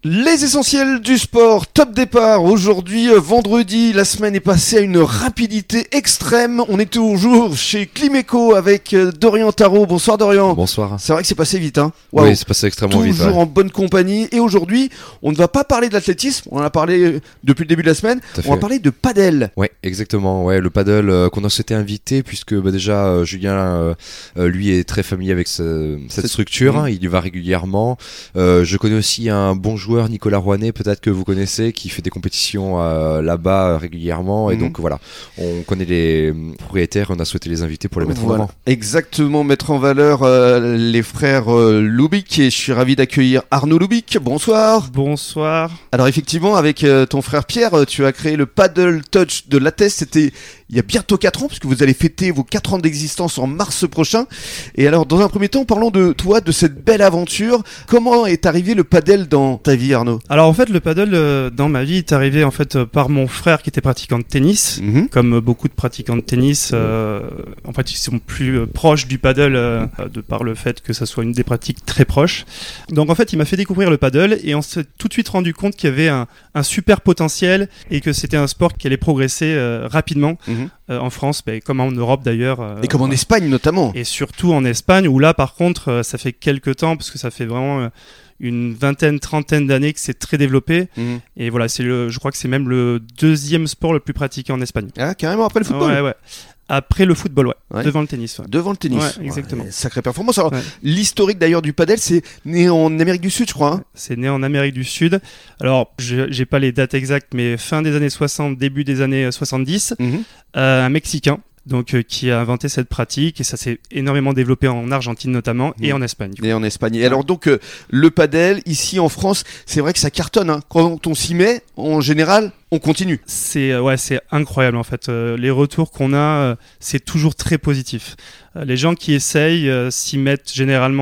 Les essentiels du sport, top départ. Aujourd'hui, vendredi, la semaine est passée à une rapidité extrême. On est toujours chez Climeco avec Dorian Tarot. Bonsoir Dorian. Bonsoir. C'est vrai que c'est passé vite, hein. Wow. Oui, c'est passé extrêmement vite. Toujours en bonne compagnie. Et aujourd'hui, on ne va pas parler de l'athlétisme. On en a parlé depuis le début de la semaine. On va parler de padel. Ouais, exactement. Ouais, le padel qu'on a souhaité inviter puisque déjà Julien, lui, est très familier avec cette structure. Hein, il y va régulièrement. Je connais aussi un bon joueur, Nicolas Rouanet, peut-être que vous connaissez, qui fait des compétitions là-bas régulièrement. Et donc voilà, on connaît les propriétaires. On a souhaité les inviter pour les mettre en avant. Exactement, mettre en valeur les frères Lubick. Et je suis ravi d'accueillir Arnaud Lubick. Bonsoir. Bonsoir. Alors effectivement, avec ton frère Pierre, tu as créé le Paddle Touch de l'Athès. C'était il y a bientôt 4 ans, puisque vous allez fêter vos 4 ans d'existence en mars prochain. Et alors, dans un premier temps, parlons de toi, de cette belle aventure. Comment est arrivé le paddle dans ta vie, Arnaud ? Alors en fait, le paddle dans ma vie est arrivé en fait par mon frère qui était pratiquant de tennis. Comme beaucoup de pratiquants de tennis, en fait, ils sont plus proches du paddle de par le fait que ça soit une des pratiques très proches. Donc en fait, il m'a fait découvrir le paddle et on s'est tout de suite rendu compte qu'il y avait un super potentiel et que c'était un sport qui allait progresser rapidement. En France, comme en Europe d'ailleurs. Et comme en Espagne notamment. Et surtout en Espagne, où là par contre, ça fait quelques temps, parce que ça fait vraiment une vingtaine, trentaine d'années que c'est très développé. Et voilà, je crois que c'est même le deuxième sport le plus pratiqué en Espagne. Ah, carrément après le football. Ouais. Après le football, devant le tennis. Devant le tennis. Ouais, exactement. Sacrée performance. Alors, l'historique d'ailleurs du padel, c'est né en Amérique du Sud, je crois. Hein. C'est né en Amérique du Sud. Alors, j'ai pas les dates exactes, mais fin des années 60, début des années 70. Un Mexicain. Donc, qui a inventé cette pratique, et ça s'est énormément développé en Argentine notamment et en Espagne. Et en Espagne. Et alors donc le padel ici en France, c'est vrai que ça cartonne. Hein. Quand on s'y met, en général, on continue. C'est incroyable en fait. Les retours qu'on a, c'est toujours très positif. Les gens qui essayent s'y mettent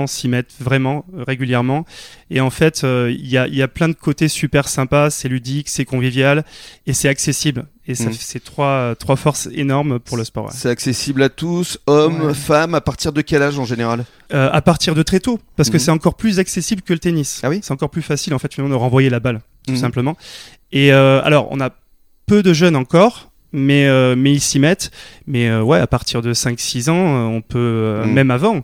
vraiment régulièrement. Et en fait, il y a plein de côtés super sympas. C'est ludique, c'est convivial et c'est accessible. Et ça, c'est trois forces énormes pour le sport. Ouais. C'est accessible à tous, hommes, femmes. À partir de quel âge en général ? À partir de très tôt, parce que c'est encore plus accessible que le tennis. Ah oui ? C'est encore plus facile en fait finalement de renvoyer la balle, tout simplement. Et alors, on a peu de jeunes encore. Mais ils s'y mettent. Mais à partir de 5-6 ans, on peut, même avant,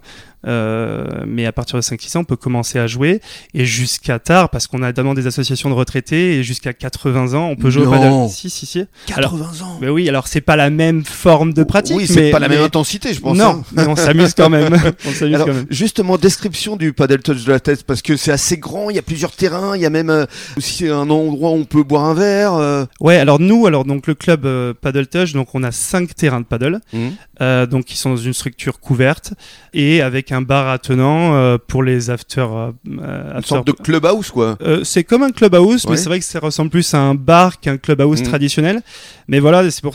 mais à partir de 5-6 ans, on peut commencer à jouer. Et jusqu'à tard, parce qu'on a notamment des associations de retraités, et jusqu'à 80 ans, on peut jouer au paddle. Si. 80 ans. Mais oui, alors c'est pas la même forme de pratique. Oui, c'est pas la même intensité, je pense. Non, mais on s'amuse quand même. Justement, description du Paddle Touch de la tête, parce que c'est assez grand, il y a plusieurs terrains, il y a même aussi un endroit où on peut boire un verre. Ouais, alors donc le club Paddle Touch, donc on a 5 terrains de paddle, donc qui sont dans une structure couverte et avec un bar attenant pour les after. Une sorte de clubhouse, quoi. C'est comme un clubhouse, mais c'est vrai que ça ressemble plus à un bar qu'un clubhouse traditionnel. Mais voilà, c'est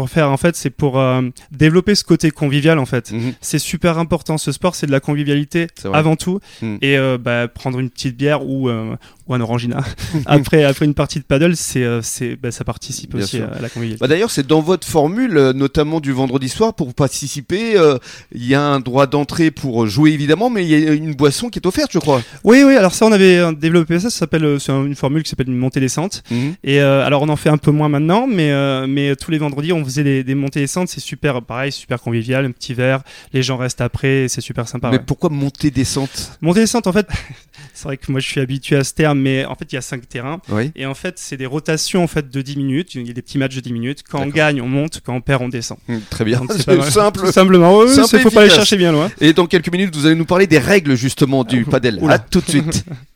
pour développer ce côté convivial en fait. C'est super important. Ce sport, c'est de la convivialité avant tout. Et prendre une petite bière ou un orangina après une partie de paddle, ça participe aussi à la convivialité. D'ailleurs, c'est dans votre formule, notamment du vendredi soir, pour participer, il y a un droit d'entrée pour jouer évidemment, mais il y a une boisson qui est offerte, je crois. Oui, alors ça, on avait développé ça. C'est une formule qui s'appelle une montée-descente. Et alors, on en fait un peu moins maintenant, mais tous les vendredis, on faisait des montées-descentes. C'est super convivial, un petit verre. Les gens restent après, c'est super sympa. Mais pourquoi montée-descente ? Montée-descente, en fait, c'est vrai que moi, je suis habitué à ce terme, mais en fait, il y a 5 terrains. Oui. Et en fait, c'est des rotations en fait de 10 minutes. Il y a des petits matchs de 10 minutes. Quand on gagne, on monte. Quand on perd, on descend. Très bien. Donc, c'est simple. Tout simplement. Il ne faut pas aller chercher bien loin. Et dans quelques minutes, vous allez nous parler des règles justement du padel. À tout de suite.